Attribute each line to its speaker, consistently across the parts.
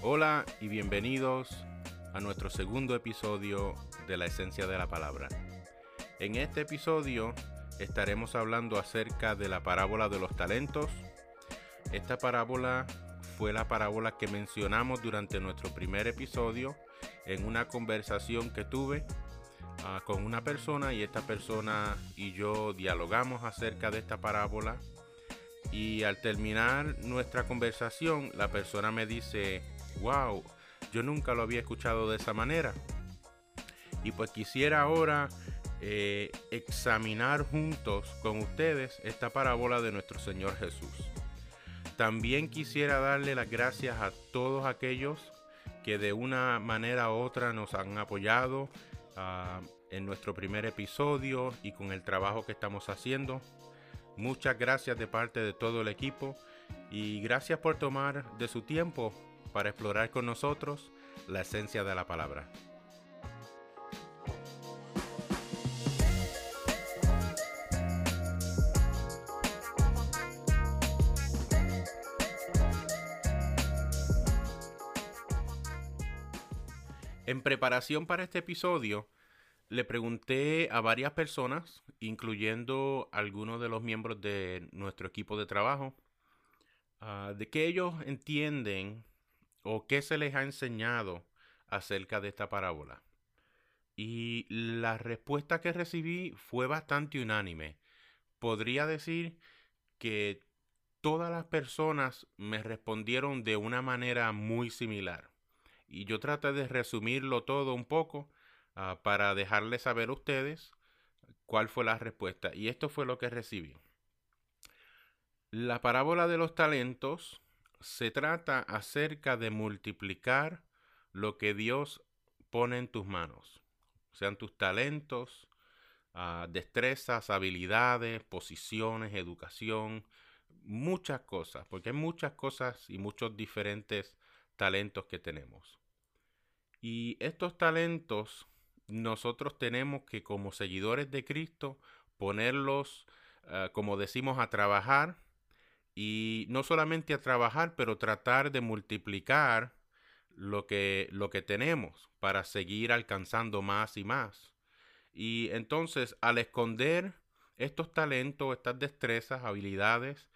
Speaker 1: Hola y bienvenidos a nuestro segundo episodio de La Esencia de la Palabra. En este episodio estaremos hablando acerca de la parábola de los talentos. Esta parábola fue la parábola que mencionamos durante nuestro primer episodio en una conversación que tuve con una persona, y esta persona y yo dialogamos acerca de esta parábola. Y al terminar nuestra conversación, la persona me dice: wow, yo nunca lo había escuchado de esa manera. Y pues quisiera ahora examinar juntos con ustedes esta parábola de nuestro Señor Jesús. También quisiera darle las gracias a todos aquellos que de una manera u otra nos han apoyado en nuestro primer episodio y con el trabajo que estamos haciendo. Muchas gracias de parte de todo el equipo y gracias por tomar de su tiempo para explorar con nosotros la esencia de la palabra. En preparación para este episodio, le pregunté a varias personas, incluyendo algunos de los miembros de nuestro equipo de trabajo, de qué ellos entienden o qué se les ha enseñado acerca de esta parábola. Y la respuesta que recibí fue bastante unánime. Podría decir que todas las personas me respondieron de una manera muy similar. Y yo traté de resumirlo todo un poco para dejarles saber a ustedes cuál fue la respuesta. Y esto fue lo que recibí. La parábola de los talentos se trata acerca de multiplicar lo que Dios pone en tus manos. Sean tus talentos, destrezas, habilidades, posiciones, educación, muchas cosas, porque hay muchas cosas y muchos diferentes talentos que tenemos. Y estos talentos nosotros tenemos que, como seguidores de Cristo, ponerlos, como decimos, a trabajar. Y no solamente a trabajar, pero tratar de multiplicar lo que tenemos para seguir alcanzando más y más. Y entonces, al esconder estos talentos, estas destrezas, habilidades,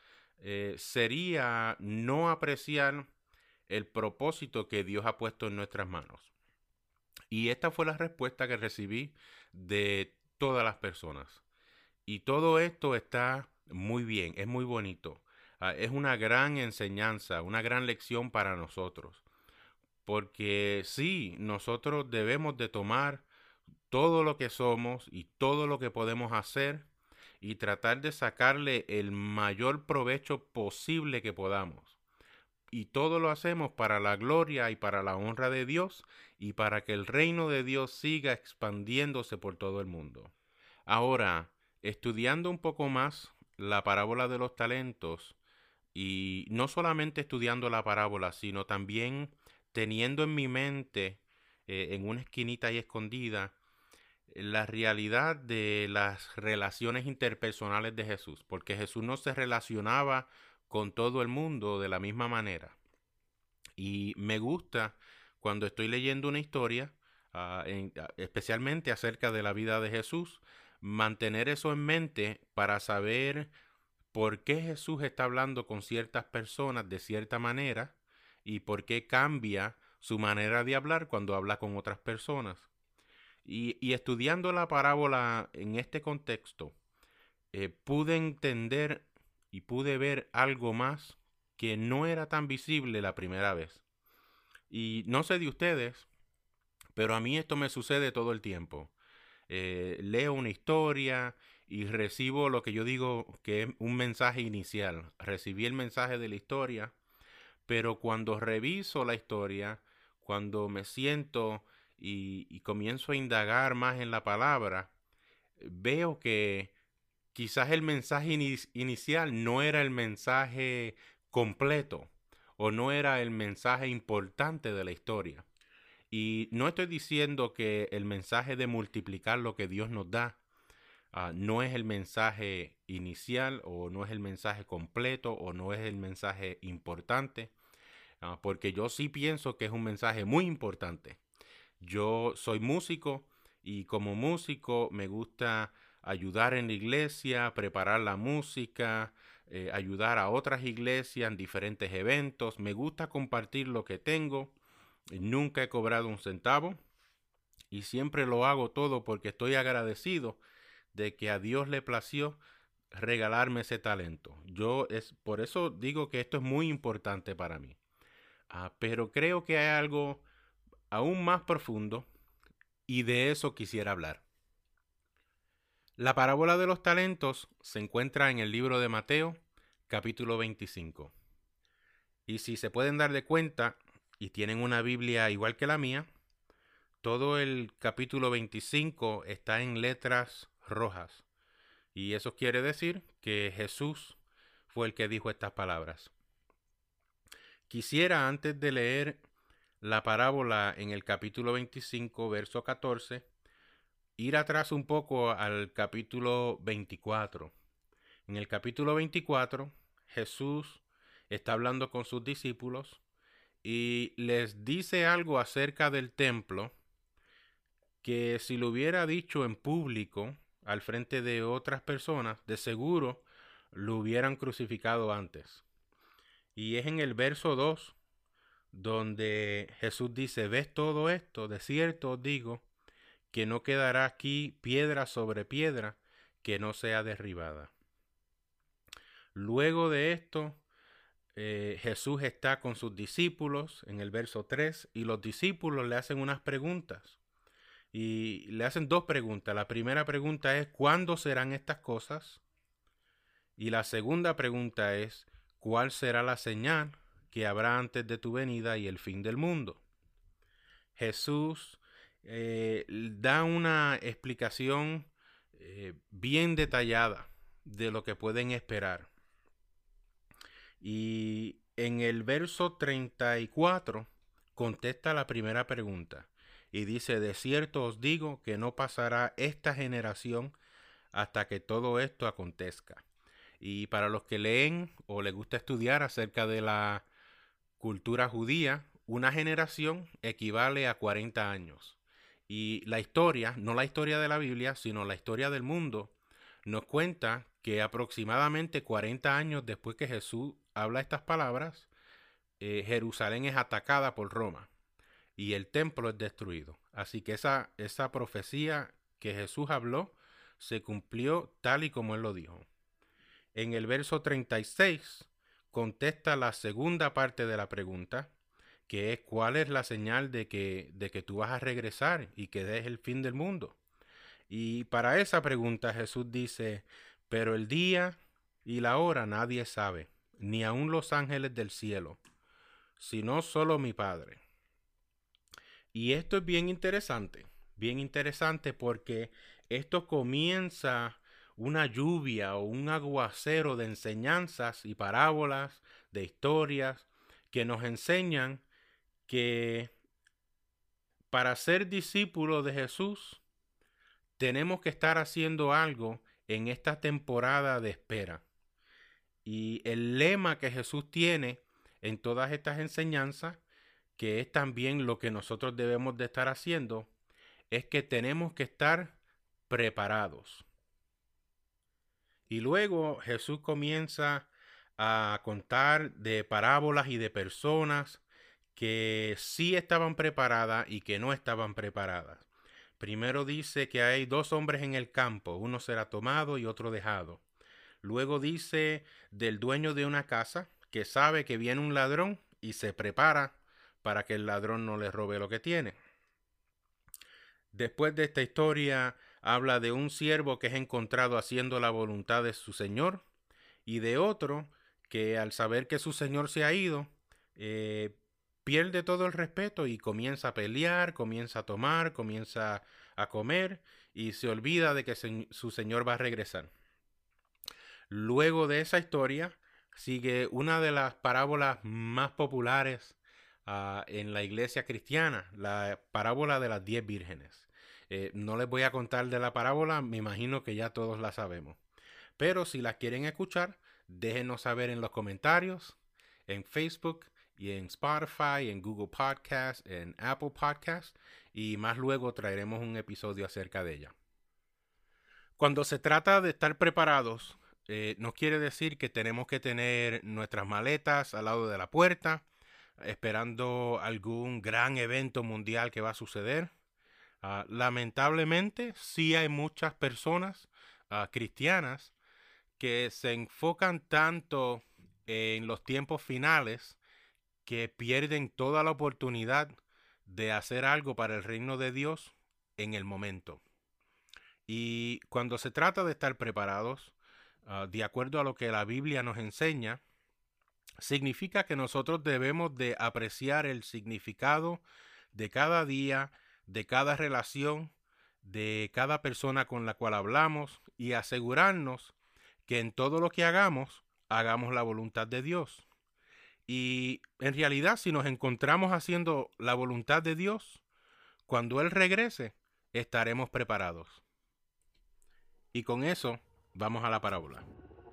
Speaker 1: sería no apreciar el propósito que Dios ha puesto en nuestras manos. Y esta fue la respuesta que recibí de todas las personas. Y todo esto está muy bien, es muy bonito. Es una gran enseñanza, una gran lección para nosotros. Porque sí, nosotros debemos de tomar todo lo que somos y todo lo que podemos hacer y tratar de sacarle el mayor provecho posible que podamos. Y todo lo hacemos para la gloria y para la honra de Dios y para que el reino de Dios siga expandiéndose por todo el mundo. Ahora, estudiando un poco más la parábola de los talentos, y no solamente estudiando la parábola, sino también teniendo en mi mente, en una esquinita ahí escondida, la realidad de las relaciones interpersonales de Jesús, porque Jesús no se relacionaba con todo el mundo de la misma manera. Y me gusta cuando estoy leyendo una historia, especialmente acerca de la vida de Jesús, mantener eso en mente para saber por qué Jesús está hablando con ciertas personas de cierta manera y por qué cambia su manera de hablar cuando habla con otras personas. Y estudiando la parábola en este contexto, pude entender y pude ver algo más que no era tan visible la primera vez. Y no sé de ustedes, pero a mí esto me sucede todo el tiempo. Leo una historia y recibo lo que yo digo que es un mensaje inicial. Recibí el mensaje de la historia, pero cuando reviso la historia, cuando me siento y comienzo a indagar más en la palabra, veo que quizás el mensaje inicial no era el mensaje completo o no era el mensaje importante de la historia. Y no estoy diciendo que el mensaje de multiplicar lo que Dios nos da no es el mensaje inicial o no es el mensaje completo o no es el mensaje importante. porque yo sí pienso que es un mensaje muy importante. Yo soy músico y como músico me gusta ayudar en la iglesia, preparar la música, ayudar a otras iglesias en diferentes eventos. Me gusta compartir lo que tengo. Nunca he cobrado un centavo y siempre lo hago todo porque estoy agradecido de que a Dios le plació regalarme ese talento. Por eso digo que esto es muy importante para mí. Pero creo que hay algo aún más profundo y de eso quisiera hablar. La parábola de los talentos se encuentra en el libro de Mateo, capítulo 25. Y si se pueden dar de cuenta y tienen una Biblia igual que la mía, todo el capítulo 25 está en letras rojas. Y eso quiere decir que Jesús fue el que dijo estas palabras. Quisiera, antes de leer la parábola en el capítulo 25, verso 14, ir atrás un poco al capítulo 24. En el capítulo 24, Jesús está hablando con sus discípulos y les dice algo acerca del templo que si lo hubiera dicho en público al frente de otras personas, de seguro lo hubieran crucificado antes. Y es en el verso 2 donde Jesús dice: ¿ves todo esto? De cierto os digo que no quedará aquí piedra sobre piedra que no sea derribada. Luego de esto, Jesús está con sus discípulos en el verso 3 y los discípulos le hacen unas preguntas. Y le hacen dos preguntas. La primera pregunta es: ¿cuándo serán estas cosas? Y la segunda pregunta es: ¿cuál será la señal que habrá antes de tu venida y el fin del mundo? Jesús da una explicación bien detallada de lo que pueden esperar. Y en el verso 34 contesta la primera pregunta y dice: de cierto os digo que no pasará esta generación hasta que todo esto acontezca. Y para los que leen o les gusta estudiar acerca de la cultura judía, una generación equivale a 40 años. Y la historia, no la historia de la Biblia, sino la historia del mundo, nos cuenta que aproximadamente 40 años después que Jesús habla estas palabras, Jerusalén es atacada por Roma y el templo es destruido. Así que esa profecía que Jesús habló se cumplió tal y como él lo dijo. En el verso 36 contesta la segunda parte de la pregunta, que es: ¿cuál es la señal de que tú vas a regresar y que es el fin del mundo? Y para esa pregunta Jesús dice: pero el día y la hora nadie sabe, ni aun los ángeles del cielo, sino solo mi Padre. Y esto es bien interesante porque esto comienza una lluvia o un aguacero de enseñanzas y parábolas, de historias, que nos enseñan que para ser discípulos de Jesús tenemos que estar haciendo algo en esta temporada de espera. Y el lema que Jesús tiene en todas estas enseñanzas, que es también lo que nosotros debemos de estar haciendo, es que tenemos que estar preparados. Y luego Jesús comienza a contar de parábolas y de personas que sí estaban preparadas y que no estaban preparadas. Primero dice que hay dos hombres en el campo, uno será tomado y otro dejado. Luego dice del dueño de una casa que sabe que viene un ladrón y se prepara para que el ladrón no le robe lo que tiene. Después de esta historia habla de un siervo que es encontrado haciendo la voluntad de su señor y de otro que al saber que su señor se ha ido, pierde todo el respeto y comienza a pelear, comienza a tomar, comienza a comer y se olvida de que su señor va a regresar. Luego de esa historia sigue una de las parábolas más populares en la iglesia cristiana, la parábola de las 10 vírgenes. No les voy a contar de la parábola, me imagino que ya todos la sabemos. Pero si la quieren escuchar, déjenos saber en los comentarios, en Facebook, y en Spotify, en Google Podcast, en Apple Podcast, y más luego traeremos un episodio acerca de ella. Cuando se trata de estar preparados, no quiere decir que tenemos que tener nuestras maletas al lado de la puerta, esperando algún gran evento mundial que va a suceder. Lamentablemente, sí hay muchas personas cristianas que se enfocan tanto en los tiempos finales que pierden toda la oportunidad de hacer algo para el reino de Dios en el momento. Y cuando se trata de estar preparados, de acuerdo a lo que la Biblia nos enseña, significa que nosotros debemos de apreciar el significado de cada día, de cada relación, de cada persona con la cual hablamos y asegurarnos que en todo lo que hagamos, hagamos la voluntad de Dios. Y en realidad, si nos encontramos haciendo la voluntad de Dios, cuando Él regrese, estaremos preparados. Y con eso, vamos a la parábola.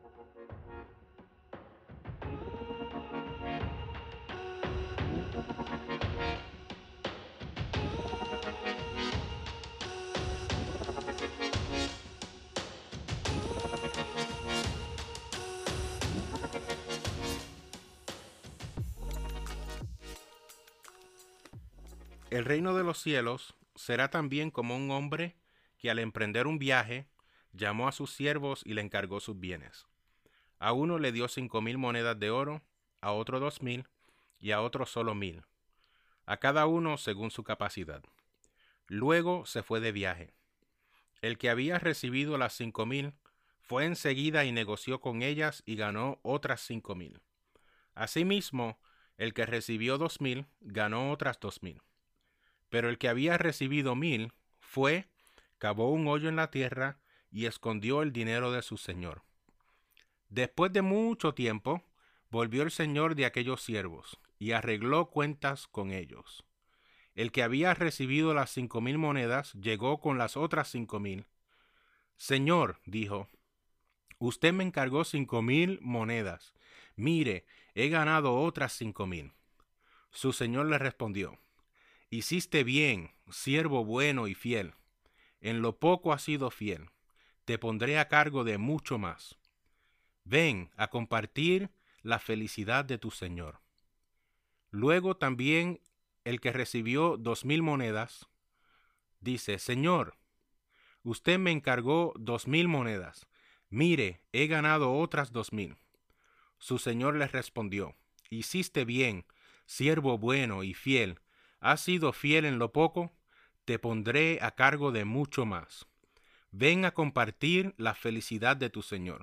Speaker 1: El reino de los cielos será también como un hombre que al emprender un viaje llamó a sus siervos y le encargó sus bienes. A uno le dio 5,000 monedas de oro, a otro 2,000 y a otro solo 1,000, a cada uno según su capacidad. Luego se fue de viaje. El que había recibido las 5,000 fue enseguida y negoció con ellas y ganó otras 5,000. Asimismo, el que recibió 2,000 ganó otras 2,000. Pero el que había recibido 1,000 fue, cavó un hoyo en la tierra y escondió el dinero de su señor. Después de mucho tiempo, volvió el señor de aquellos siervos y arregló cuentas con ellos. El que había recibido las 5,000 monedas llegó con las otras 5,000. Señor, dijo, usted me encargó 5,000 monedas. Mire, he ganado otras 5,000. Su señor le respondió, hiciste bien, siervo bueno y fiel. En lo poco has sido fiel. Te pondré a cargo de mucho más. Ven a compartir la felicidad de tu señor. Luego también el que recibió 2,000 monedas dice, Señor, usted me encargó 2,000 monedas. Mire, he ganado otras 2,000. Su señor le respondió, hiciste bien, siervo bueno y fiel. Has sido fiel en lo poco, te pondré a cargo de mucho más. Ven a compartir la felicidad de tu señor.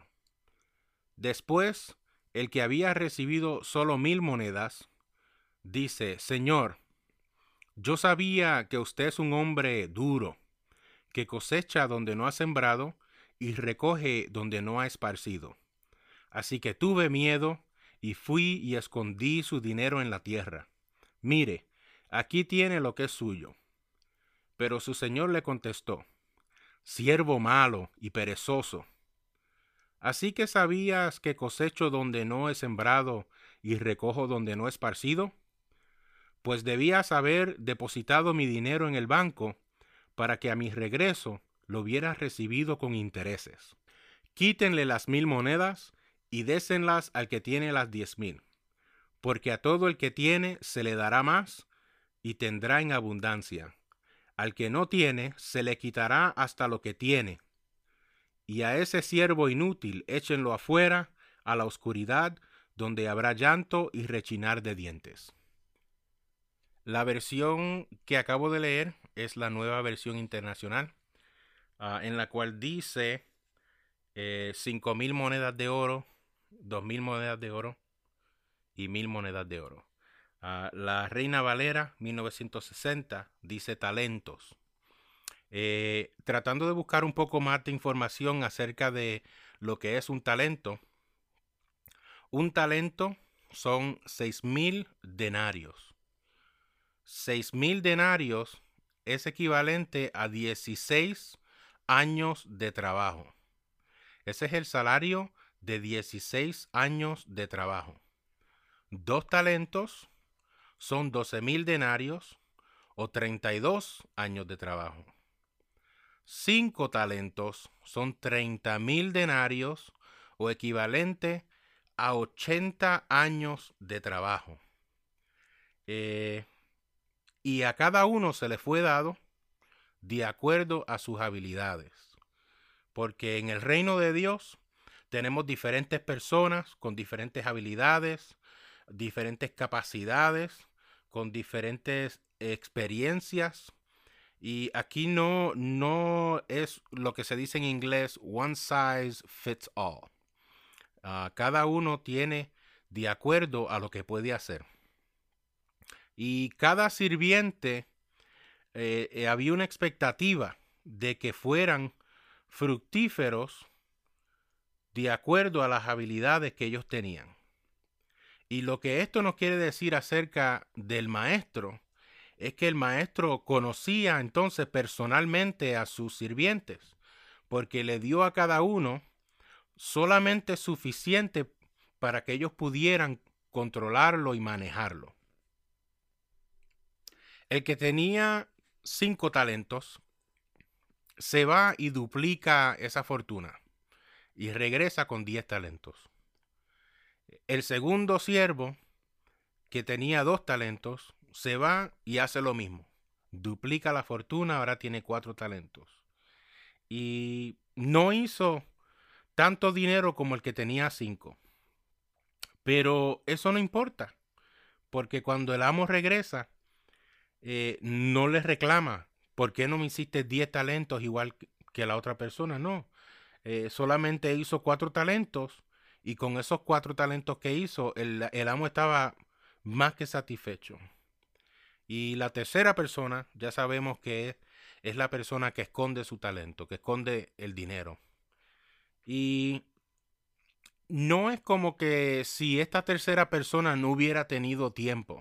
Speaker 1: Después, el que había recibido solo 1,000 monedas, dice, Señor, yo sabía que usted es un hombre duro, que cosecha donde no ha sembrado y recoge donde no ha esparcido. Así que tuve miedo y fui y escondí su dinero en la tierra. Mire, aquí tiene lo que es suyo. Pero su señor le contestó, siervo malo y perezoso. Así que sabías que cosecho donde no he sembrado y recojo donde no he esparcido, pues debías haber depositado mi dinero en el banco para que a mi regreso lo hubieras recibido con intereses. Quítenle las 1,000 monedas y désenlas al que tiene las 10,000, porque a todo el que tiene se le dará más y tendrá en abundancia. Al que no tiene se le quitará hasta lo que tiene. Y a ese siervo inútil échenlo afuera, a la oscuridad, donde habrá llanto y rechinar de dientes. La versión que acabo de leer es la Nueva Versión Internacional, en la cual dice 5,000 monedas de oro, 2,000 monedas de oro y 1,000 monedas de oro. La Reina Valera 1960 dice talentos. Tratando de buscar un poco más de información acerca de lo que es un talento. Un talento son 6,000 denarios. 6,000 denarios es equivalente a 16 años de trabajo. Ese es el salario de 16 años de trabajo. 2 talentos son 12,000 denarios o 32 años de trabajo. 5 talentos son 30,000 denarios o equivalente a 80 años de trabajo. Y a cada uno se le fue dado de acuerdo a sus habilidades. Porque en el reino de Dios tenemos diferentes personas con diferentes habilidades, diferentes capacidades, con diferentes experiencias. Y aquí no es lo que se dice en inglés, one size fits all. Cada uno tiene de acuerdo a lo que puede hacer. Y cada sirviente había una expectativa de que fueran fructíferos de acuerdo a las habilidades que ellos tenían. Y lo que esto nos quiere decir acerca del maestro es que el maestro conocía entonces personalmente a sus sirvientes, porque le dio a cada uno solamente suficiente para que ellos pudieran controlarlo y manejarlo. El que tenía 5 talentos se va y duplica esa fortuna y regresa con 10 talentos. El segundo siervo, que tenía 2 talentos, se va y hace lo mismo. Duplica la fortuna, ahora tiene 4 talentos. Y no hizo tanto dinero como el que tenía 5. Pero eso no importa, porque cuando el amo regresa, no le reclama. ¿Por qué no me hiciste 10 talentos igual que la otra persona? No. Solamente hizo 4 talentos y con esos 4 talentos que hizo, el amo estaba más que satisfecho. Y la tercera persona, ya sabemos que es la persona que esconde su talento, que esconde el dinero. Y no es como que si esta tercera persona no hubiera tenido tiempo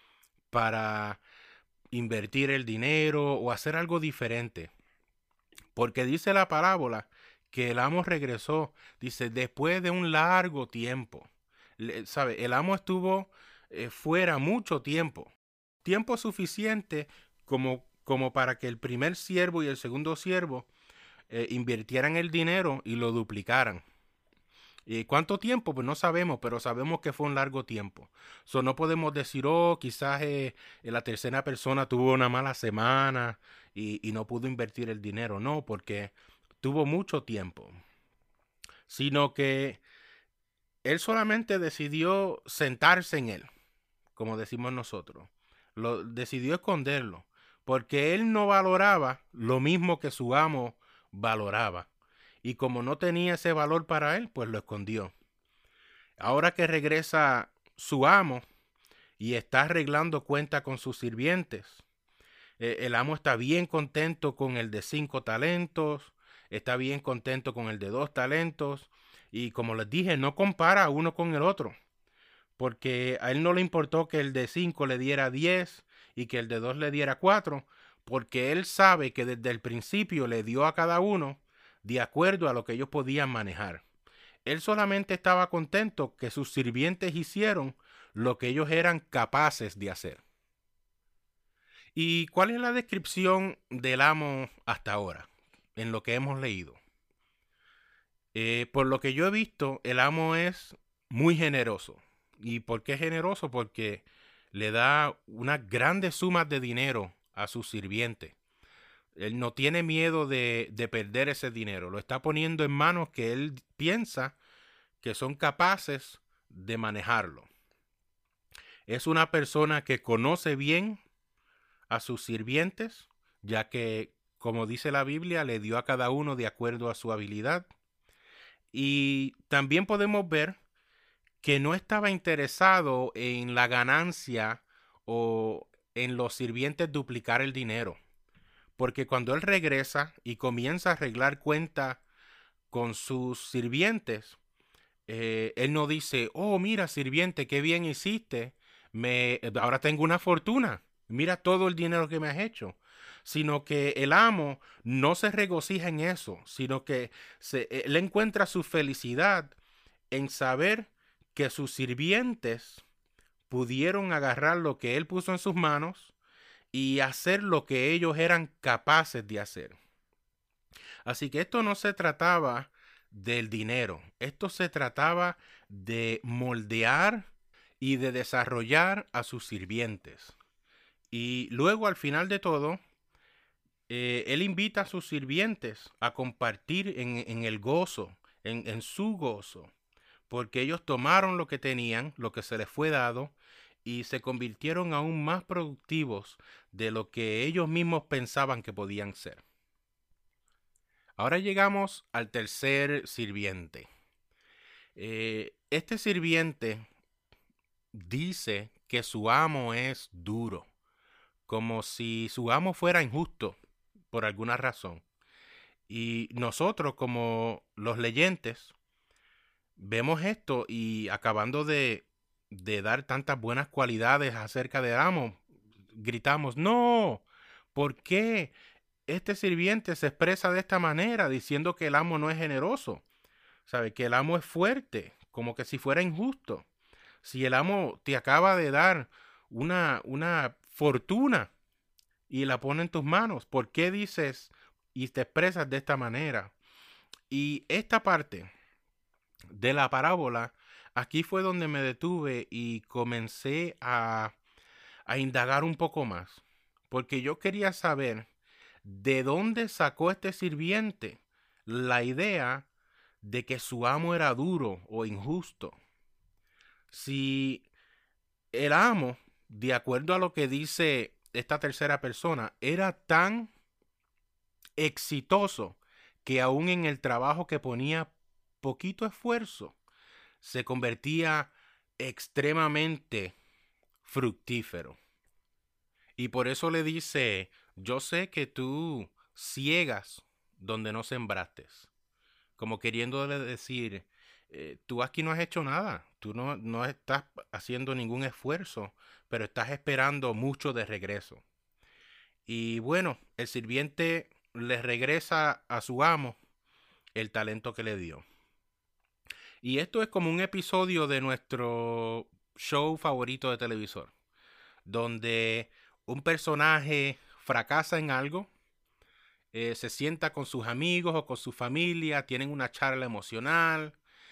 Speaker 1: para invertir el dinero o hacer algo diferente. Porque dice la parábola que el amo regresó, dice, después de un largo tiempo. ¿Sabe? El amo estuvo fuera mucho tiempo. Tiempo suficiente como para que el primer siervo y el segundo siervo invirtieran el dinero y lo duplicaran. ¿Y cuánto tiempo? Pues no sabemos, pero sabemos que fue un largo tiempo. So, no podemos decir, oh, quizás la tercera persona tuvo una mala semana y no pudo invertir el dinero. No, porque tuvo mucho tiempo. Sino que él solamente decidió sentarse en él, como decimos nosotros. Decidió esconderlo, porque él no valoraba lo mismo que su amo valoraba. Y como no tenía ese valor para él, pues lo escondió. Ahora que regresa su amo y está arreglando cuenta con sus sirvientes, el amo está bien contento con el de 5 talentos, está bien contento con el de 2 talentos, y como les dije, no compara uno con el otro, porque a él no le importó que el de 5 le diera 10 y que el de 2 le diera 4, porque él sabe que desde el principio le dio a cada uno de acuerdo a lo que ellos podían manejar. Él solamente estaba contento que sus sirvientes hicieron lo que ellos eran capaces de hacer. ¿Y cuál es la descripción del amo hasta ahora, en lo que hemos leído? Por lo que yo he visto, el amo es muy generoso. ¿Y por qué generoso? Porque le da unas grandes sumas de dinero a sus sirvientes. Él no tiene miedo de perder ese dinero. Lo está poniendo en manos que él piensa que son capaces de manejarlo. Es una persona que conoce bien a sus sirvientes, ya que, como dice la Biblia, le dio a cada uno de acuerdo a su habilidad. Y también podemos ver que no estaba interesado en la ganancia o en los sirvientes duplicar el dinero. Porque cuando él regresa y comienza a arreglar cuenta con sus sirvientes, él no dice, oh, mira, sirviente, qué bien hiciste, ahora tengo una fortuna, mira todo el dinero que me has hecho. Sino que el amo no se regocija en eso, sino que él encuentra su felicidad en saber que sus sirvientes pudieron agarrar lo que él puso en sus manos y hacer lo que ellos eran capaces de hacer. Así que esto no se trataba del dinero, esto se trataba de moldear y de desarrollar a sus sirvientes. Y luego al final de todo, él invita a sus sirvientes a compartir en el gozo, en su gozo, porque ellos tomaron lo que tenían, lo que se les fue dado, y se convirtieron aún más productivos de lo que ellos mismos pensaban que podían ser. Ahora llegamos al tercer sirviente. Este sirviente dice que su amo es duro, como si su amo fuera injusto por alguna razón. Y nosotros, como los leyentes, vemos esto y acabando de dar tantas buenas cualidades acerca del amo, gritamos, no, ¿por qué este sirviente se expresa de esta manera diciendo que el amo no es generoso? ¿Sabe? Que el amo es fuerte, como que si fuera injusto. Si el amo te acaba de dar una fortuna y la pone en tus manos, ¿por qué dices y te expresas de esta manera? Y esta parte de la parábola, aquí fue donde me detuve y comencé a indagar un poco más, porque yo quería saber de dónde sacó este sirviente la idea de que su amo era duro o injusto. Si el amo, de acuerdo a lo que dice esta tercera persona, era tan exitoso que aún en el trabajo que ponía poquito esfuerzo, se convertía extremadamente fructífero. Y por eso le dice, yo sé que tú ciegas donde no sembraste. Como queriéndole decir, tú aquí no has hecho nada, tú no estás haciendo ningún esfuerzo, pero estás esperando mucho de regreso. Y bueno, el sirviente le regresa a su amo el talento que le dio. Y esto es como un episodio de nuestro show favorito de televisor, donde un personaje fracasa en algo, se sienta con sus amigos o con su familia, tienen una charla emocional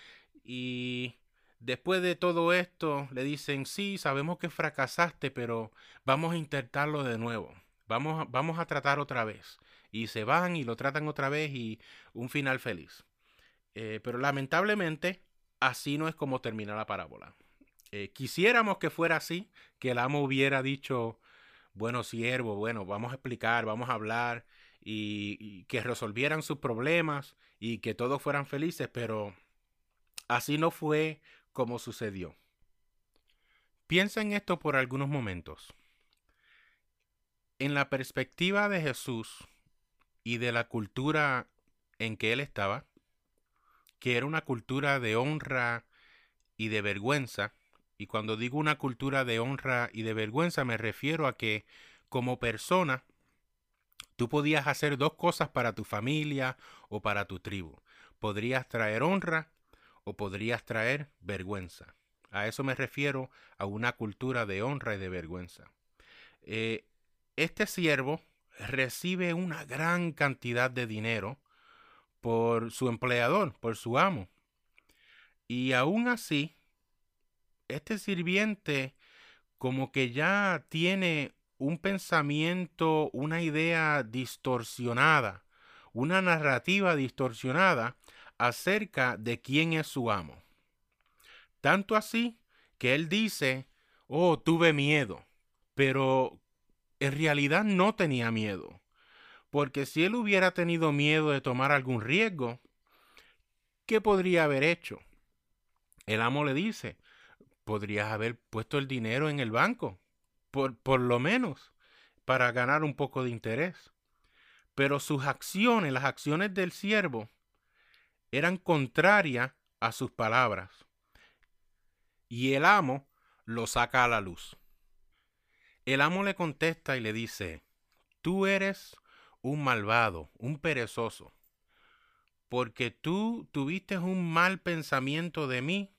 Speaker 1: y después de todo esto le dicen, sí, sabemos que fracasaste, pero vamos a intentarlo de nuevo, vamos a tratar otra vez. Y se van y lo tratan otra vez y un final feliz. Pero lamentablemente así no es como termina la parábola. Quisiéramos que fuera así, que el amo hubiera dicho, bueno, siervo, bueno, vamos a explicar, vamos a hablar y que resolvieran sus problemas y que todos fueran felices, pero así no fue como sucedió. Piensa en esto por algunos momentos. En la perspectiva de Jesús y de la cultura en que él estaba, que era una cultura de honra y de vergüenza, y cuando digo una cultura de honra y de vergüenza me refiero a que como persona tú podías hacer dos cosas para tu familia o para tu tribu. Podrías traer honra o podrías traer vergüenza. A eso me refiero a una cultura de honra y de vergüenza. Este siervo recibe una gran cantidad de dinero por su empleador, por su amo. Y aún así, este sirviente como que ya tiene un pensamiento, una idea distorsionada, una narrativa distorsionada acerca de quién es su amo. Tanto así que él dice, oh, tuve miedo, pero en realidad no tenía miedo, porque si él hubiera tenido miedo de tomar algún riesgo, ¿qué podría haber hecho? El amo le dice, podrías haber puesto el dinero en el banco, por lo menos, para ganar un poco de interés. Pero sus acciones, las acciones del siervo, eran contrarias a sus palabras. Y el amo lo saca a la luz. El amo le contesta y le dice, tú eres un malvado, un perezoso, porque tú tuviste un mal pensamiento de mí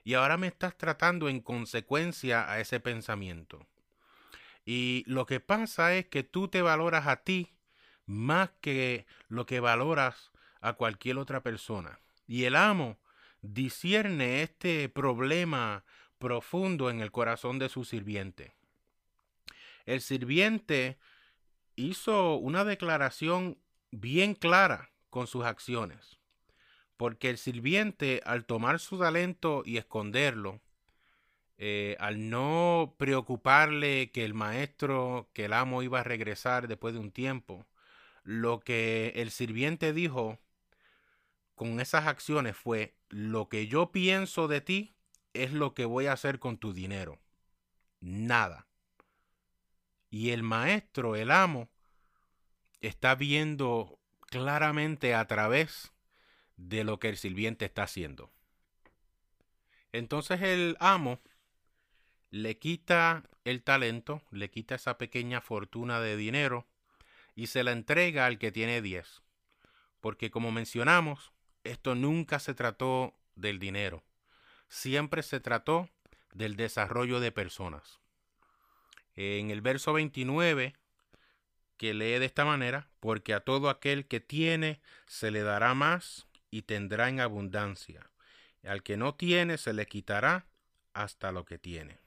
Speaker 1: y ahora me estás tratando en consecuencia a ese pensamiento. Y lo que pasa es que tú te valoras a ti más que lo que valoras a cualquier otra persona. Y el amo discierne este problema profundo en el corazón de su sirviente. El sirviente hizo una declaración bien clara con sus acciones, porque el sirviente, al tomar su talento y esconderlo, al no preocuparle que el maestro, que el amo iba a regresar después de un tiempo, lo que el sirviente dijo con esas acciones fue: lo que yo pienso de ti es lo que voy a hacer con tu dinero. Nada. Y el maestro, el amo, está viendo claramente a través de lo que el sirviente está haciendo. Entonces el amo le quita el talento, le quita esa pequeña fortuna de dinero y se la entrega al que tiene 10. Porque como mencionamos, esto nunca se trató del dinero. Siempre se trató del desarrollo de personas. En el verso 29, que lee de esta manera: porque a todo aquel que tiene se le dará más y tendrá en abundancia. Al que no tiene se le quitará hasta lo que tiene.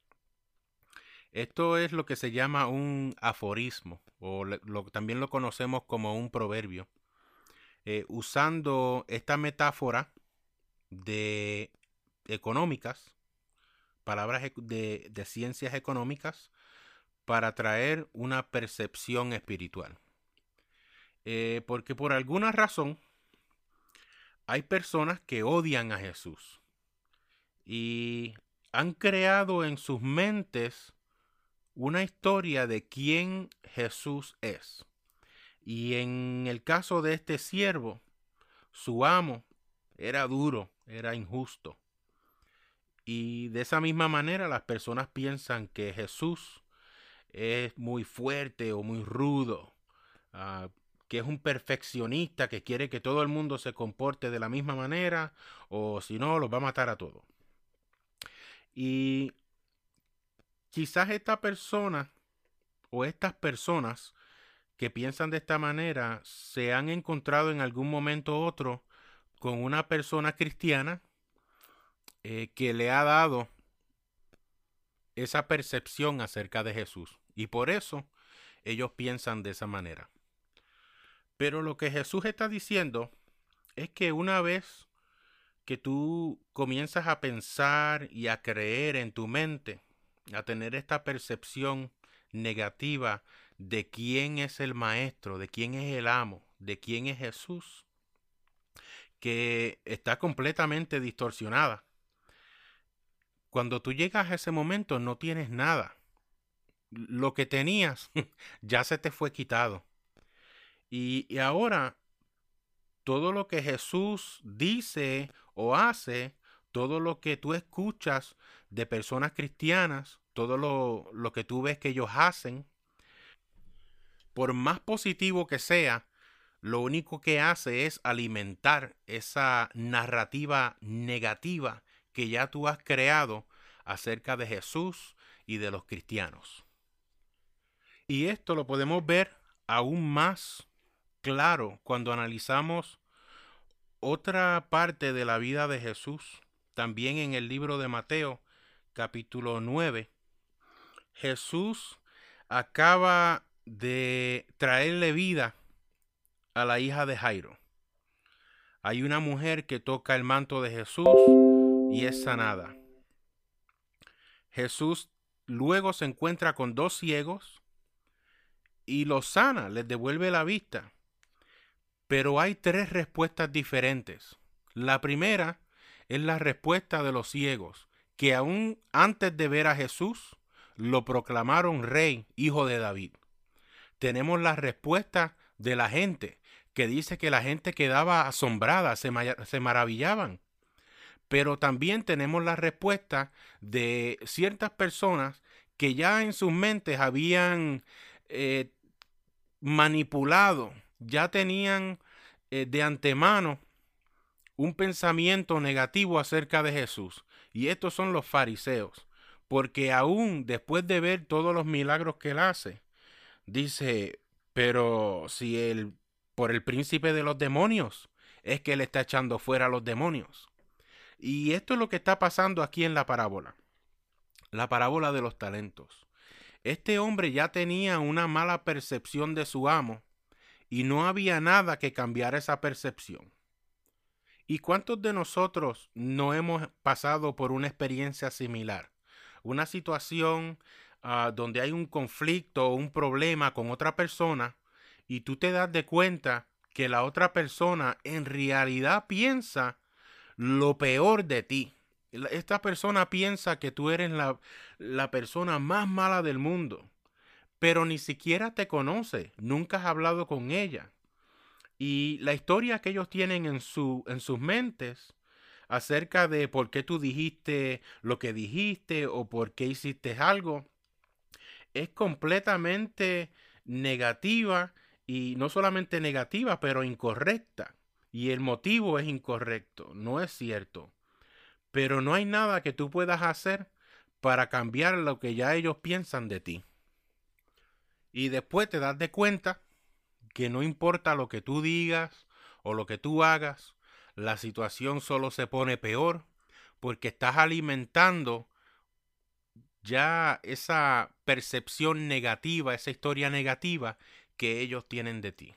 Speaker 1: Esto es lo que se llama un aforismo, o también lo conocemos como un proverbio. Usando esta metáfora de económicas, palabras de ciencias económicas, para traer una percepción espiritual. Porque por alguna razón hay personas que odian a Jesús y han creado en sus mentes una historia de quién Jesús es. Y en el caso de este siervo, su amo era duro, era injusto. Y de esa misma manera las personas piensan que Jesús es muy fuerte o muy rudo, que es un perfeccionista que quiere que todo el mundo se comporte de la misma manera, o si no, los va a matar a todos. Y quizás esta persona o estas personas que piensan de esta manera se han encontrado en algún momento u otro con una persona cristiana que le ha dado esa percepción acerca de Jesús. Y por eso ellos piensan de esa manera. Pero lo que Jesús está diciendo es que una vez que tú comienzas a pensar y a creer en tu mente, a tener esta percepción negativa de quién es el maestro, de quién es el amo, de quién es Jesús, que está completamente distorsionada. Cuando tú llegas a ese momento no tienes nada. Lo que tenías ya se te fue quitado. Y ahora todo lo que Jesús dice o hace, todo lo que tú escuchas de personas cristianas, todo lo que tú ves que ellos hacen, por más positivo que sea, lo único que hace es alimentar esa narrativa negativa que ya tú has creado acerca de Jesús y de los cristianos. Y esto lo podemos ver aún más claro cuando analizamos otra parte de la vida de Jesús. También en el libro de Mateo, capítulo 9, Jesús acaba de traerle vida a la hija de Jairo. Hay una mujer que toca el manto de Jesús y es sanada. Jesús luego se encuentra con 2 ciegos y los sana, les devuelve la vista. Pero hay 3 respuestas diferentes. La primera es la respuesta de los ciegos, que aún antes de ver a Jesús, lo proclamaron rey, hijo de David. Tenemos la respuesta de la gente, que dice que la gente quedaba asombrada, se maravillaban. Pero también tenemos la respuesta de ciertas personas que ya en sus mentes habían manipulado, ya tenían de antemano un pensamiento negativo acerca de Jesús. Y estos son los fariseos, porque aún después de ver todos los milagros que él hace, dice, pero si él, por el príncipe de los demonios, es que él está echando fuera a los demonios. Y esto es lo que está pasando aquí en la parábola de los talentos. Este hombre ya tenía una mala percepción de su amo y no había nada que cambiara esa percepción. ¿Y cuántos de nosotros no hemos pasado por una experiencia similar? Una situación donde hay un conflicto o un problema con otra persona y tú te das de cuenta que la otra persona en realidad piensa lo peor de ti. Esta persona piensa que tú eres la persona más mala del mundo, pero ni siquiera te conoce, nunca has hablado con ella. Y la historia que ellos tienen en sus mentes acerca de por qué tú dijiste lo que dijiste o por qué hiciste algo es completamente negativa, y no solamente negativa, pero incorrecta. Y el motivo es incorrecto, no es cierto. Pero no hay nada que tú puedas hacer para cambiar lo que ya ellos piensan de ti. Y después te das de cuenta que no importa lo que tú digas o lo que tú hagas, la situación solo se pone peor porque estás alimentando ya esa percepción negativa, esa historia negativa que ellos tienen de ti.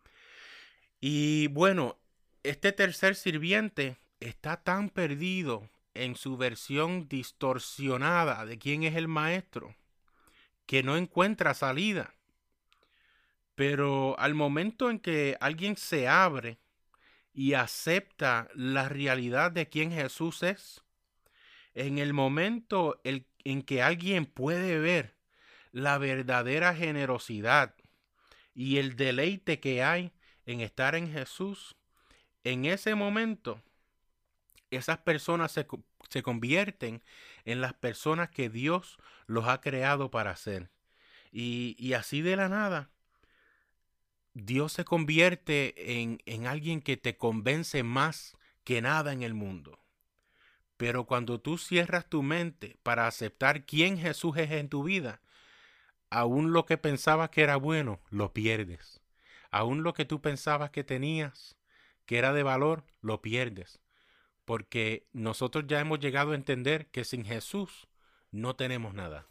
Speaker 1: Y bueno, este tercer sirviente está tan perdido en su versión distorsionada de quién es el maestro que no encuentra salida. Pero al momento en que alguien se abre y acepta la realidad de quién Jesús es, en el momento en que alguien puede ver la verdadera generosidad y el deleite que hay en estar en Jesús, en ese momento esas personas se convierten en las personas que Dios los ha creado para ser. Y así de la nada, Dios se convierte en alguien que te convence más que nada en el mundo. Pero cuando tú cierras tu mente para aceptar quién Jesús es en tu vida, aún lo que pensabas que era bueno, lo pierdes. Aún lo que tú pensabas que tenías, que era de valor, lo pierdes. Porque nosotros ya hemos llegado a entender que sin Jesús no tenemos nada.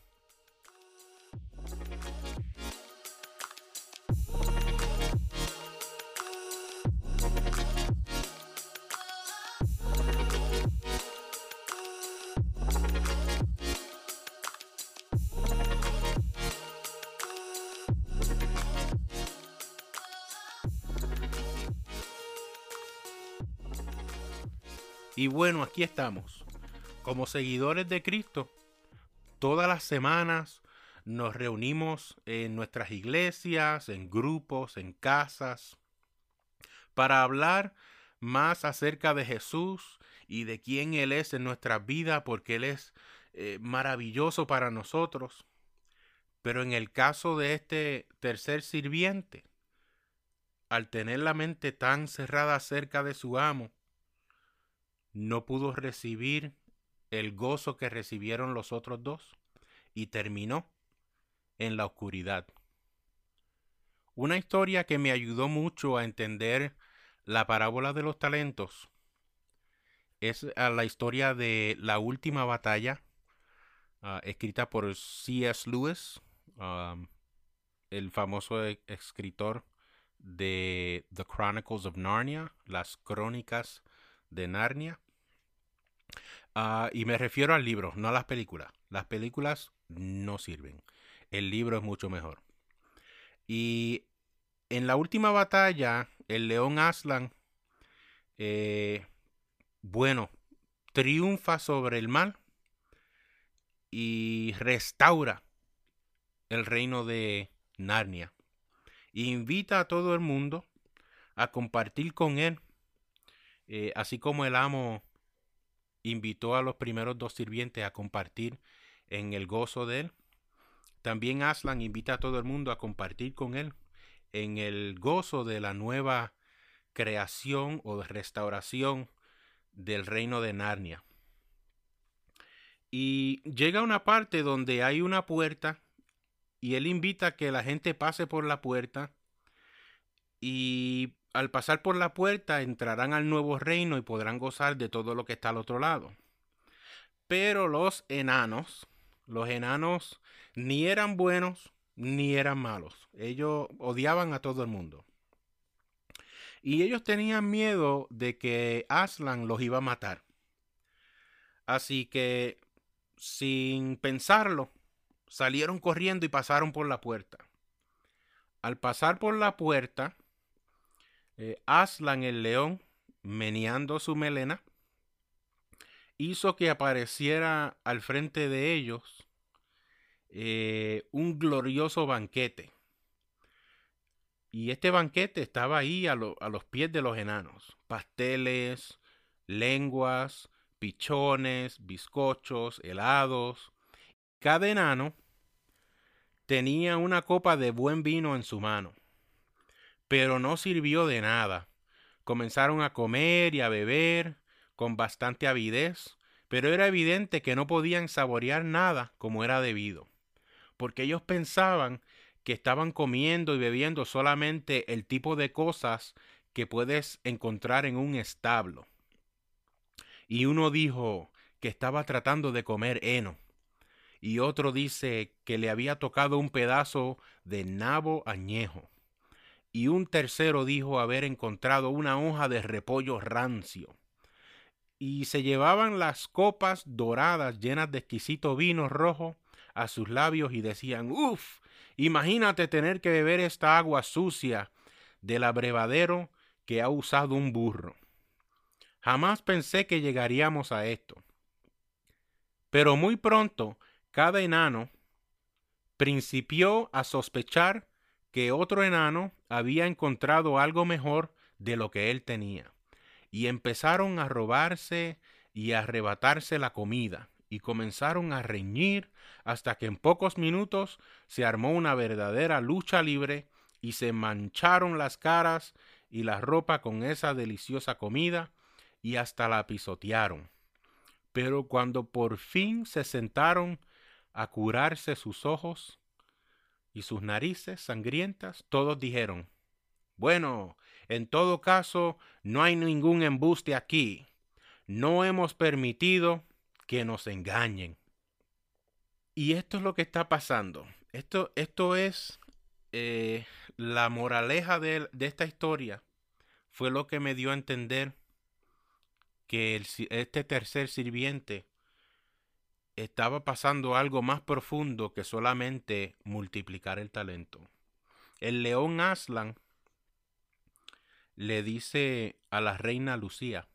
Speaker 1: Y bueno, aquí estamos. Como seguidores de Cristo, todas las semanas nos reunimos en nuestras iglesias, en grupos, en casas, para hablar más acerca de Jesús y de quién Él es en nuestras vidas, porque Él es maravilloso para nosotros. Pero en el caso de este tercer sirviente, al tener la mente tan cerrada acerca de su amo, no pudo recibir el gozo que recibieron los otros dos y terminó en la oscuridad. Una historia que me ayudó mucho a entender la parábola de los talentos es la historia de La Última Batalla, escrita por C.S. Lewis, el famoso escritor de The Chronicles of Narnia, las Crónicas de Narnia. Y me refiero al libro, no a las películas. Las películas no sirven. El libro es mucho mejor. Y en La Última Batalla, el león Aslan, bueno, triunfa sobre el mal y restaura el reino de Narnia. E invita a todo el mundo a compartir con él, así como el amo invitó a los primeros dos sirvientes a compartir en el gozo de él. También Aslan invita a todo el mundo a compartir con él en el gozo de la nueva creación o de restauración del reino de Narnia. Y llega una parte donde hay una puerta y él invita a que la gente pase por la puerta y al pasar por la puerta entrarán al nuevo reino y podrán gozar de todo lo que está al otro lado. Pero los enanos ni eran buenos ni eran malos. Ellos odiaban a todo el mundo. Y ellos tenían miedo de que Aslan los iba a matar. Así que, sin pensarlo, salieron corriendo y pasaron por la puerta. Al pasar por la puerta, Aslan el león, meneando su melena, hizo que apareciera al frente de ellos un glorioso banquete. Y este banquete estaba ahí a los pies de los enanos. Pasteles, lenguas, pichones, bizcochos, helados. Cada enano tenía una copa de buen vino en su mano, pero no sirvió de nada. Comenzaron a comer y a beber con bastante avidez, pero era evidente que no podían saborear nada como era debido, porque ellos pensaban que estaban comiendo y bebiendo solamente el tipo de cosas que puedes encontrar en un establo. Y uno dijo que estaba tratando de comer heno, y otro dice que le había tocado un pedazo de nabo añejo, y un tercero dijo haber encontrado una hoja de repollo rancio. Y se llevaban las copas doradas llenas de exquisito vino rojo a sus labios y decían: «Uf, imagínate tener que beber esta agua sucia del abrevadero que ha usado un burro. Jamás pensé que llegaríamos a esto». Pero muy pronto cada enano principió a sospechar que otro enano había encontrado algo mejor de lo que él tenía, y empezaron a robarse y a arrebatarse la comida, y comenzaron a reñir hasta que en pocos minutos se armó una verdadera lucha libre y se mancharon las caras y la ropa con esa deliciosa comida y hasta la pisotearon. Pero cuando por fin se sentaron a curarse sus ojos y sus narices sangrientas, todos dijeron: «Bueno, en todo caso, no hay ningún embuste aquí. No hemos permitido que nos engañen». Y esto es lo que está pasando. Esto es la moraleja de esta historia. Fue lo que me dio a entender que este tercer sirviente estaba pasando algo más profundo que solamente multiplicar el talento. El león Aslan le dice a la reina Lucía,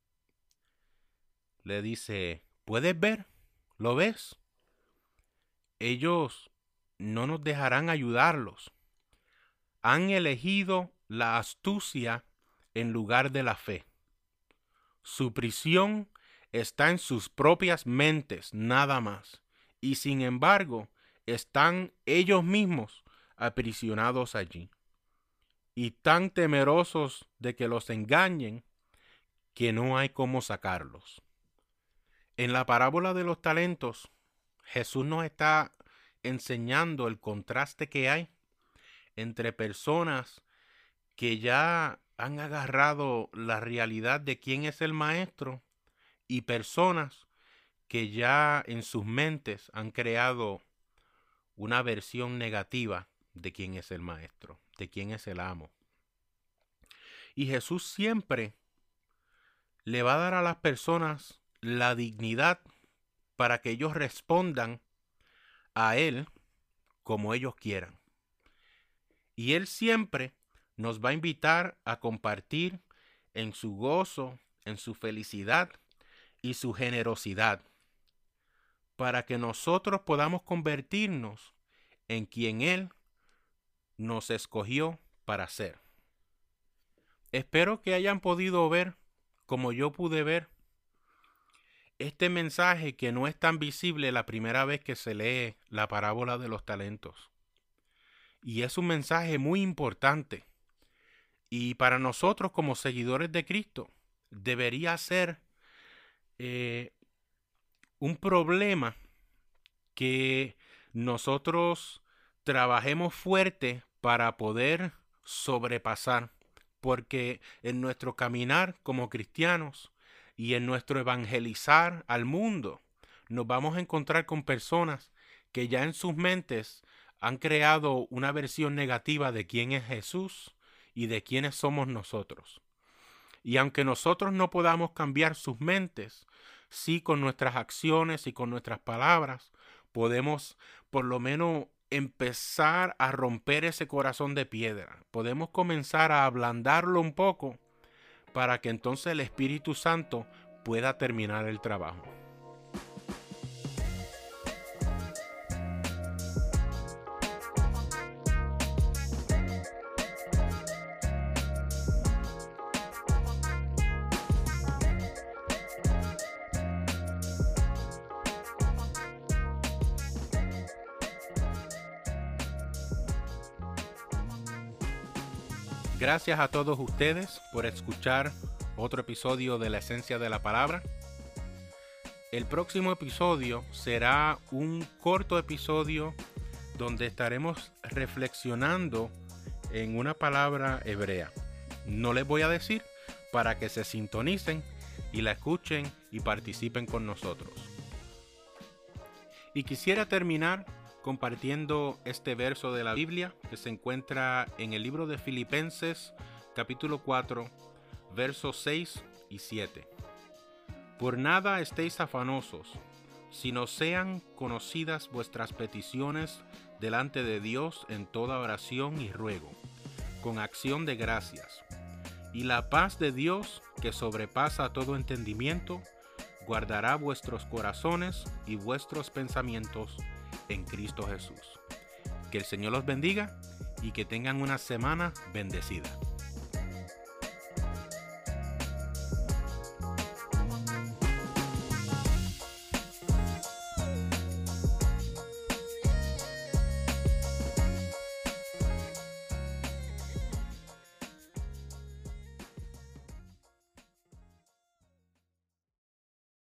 Speaker 1: le dice: «¿Puedes ver? ¿Lo ves? Ellos no nos dejarán ayudarlos. Han elegido la astucia en lugar de la fe. Su prisión está en sus propias mentes, nada más. Y sin embargo, están ellos mismos aprisionados allí. Y tan temerosos de que los engañen que no hay cómo sacarlos». En la parábola de los talentos, Jesús nos está enseñando el contraste que hay entre personas que ya han agarrado la realidad de quién es el maestro y personas que ya en sus mentes han creado una versión negativa de quién es el maestro, de quién es el amo. Y Jesús siempre le va a dar a las personas la dignidad para que ellos respondan a Él como ellos quieran. Y Él siempre nos va a invitar a compartir en su gozo, en su felicidad y su generosidad, para que nosotros podamos convertirnos en quien Él nos escogió para ser. Espero que hayan podido ver, como yo pude ver, este mensaje que no es tan visible la primera vez que se lee la parábola de los talentos. Y es un mensaje muy importante. Y para nosotros como seguidores de Cristo debería ser un problema que nosotros trabajemos fuerte para poder sobrepasar, porque en nuestro caminar como cristianos y en nuestro evangelizar al mundo, nos vamos a encontrar con personas que ya en sus mentes han creado una versión negativa de quién es Jesús y de quiénes somos nosotros. Y aunque nosotros no podamos cambiar sus mentes, sí con nuestras acciones y con nuestras palabras podemos por lo menos empezar a romper ese corazón de piedra. Podemos comenzar a ablandarlo un poco para que entonces el Espíritu Santo pueda terminar el trabajo. Gracias a todos ustedes por escuchar otro episodio de La Esencia de la Palabra. El próximo episodio será un corto episodio donde estaremos reflexionando en una palabra hebrea. No les voy a decir para que se sintonicen y la escuchen y participen con nosotros. Y quisiera terminar compartiendo este verso de la Biblia que se encuentra en el libro de Filipenses capítulo 4 versos 6 y 7. Por nada estéis afanosos, sino sean conocidas vuestras peticiones delante de Dios en toda oración y ruego, con acción de gracias. Y la paz de Dios, que sobrepasa todo entendimiento, guardará vuestros corazones y vuestros pensamientos en Cristo Jesús. Que el Señor los bendiga y que tengan una semana bendecida.